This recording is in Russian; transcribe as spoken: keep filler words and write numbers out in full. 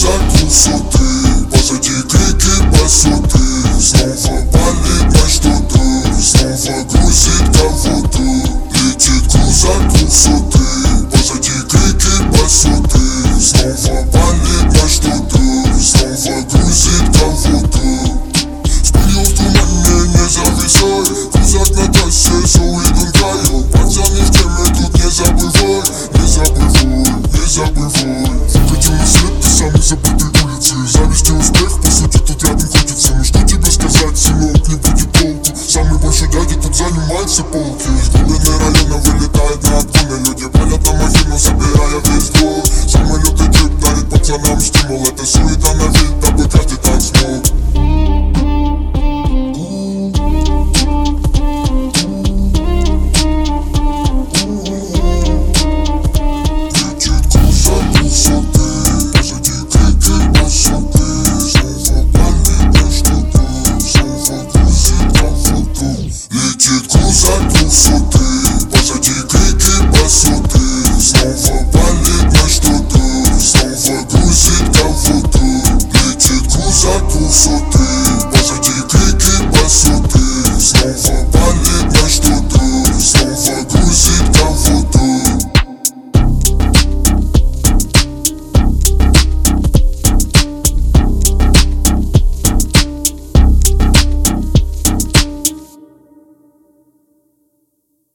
крузак двухсотый, позади крики, басоты. Снова палит на что-то, снова грузит кого-то. Летит крузак двухсотый, позади крики, басоты. Снова палит на что-то, снова грузит кого-то. Спылил в тумане, не зависай, крузак на трассе, соуи дункаю. Пацаны в теме, тут не забывай, не забывай, не забывай. Выкатил на свет ты самый забытый улицы. Зависть и успех, по сути, тут рядом крутится. Ну что тебе сказать, сынок, не будет толку. Самый большой дядя тут занимает все полки. Из глубины района вылетает на отгоны. Люди палят на махину, собирая весь двор. Самый лютый джип дарит пацанам стимул. Это суета на видео.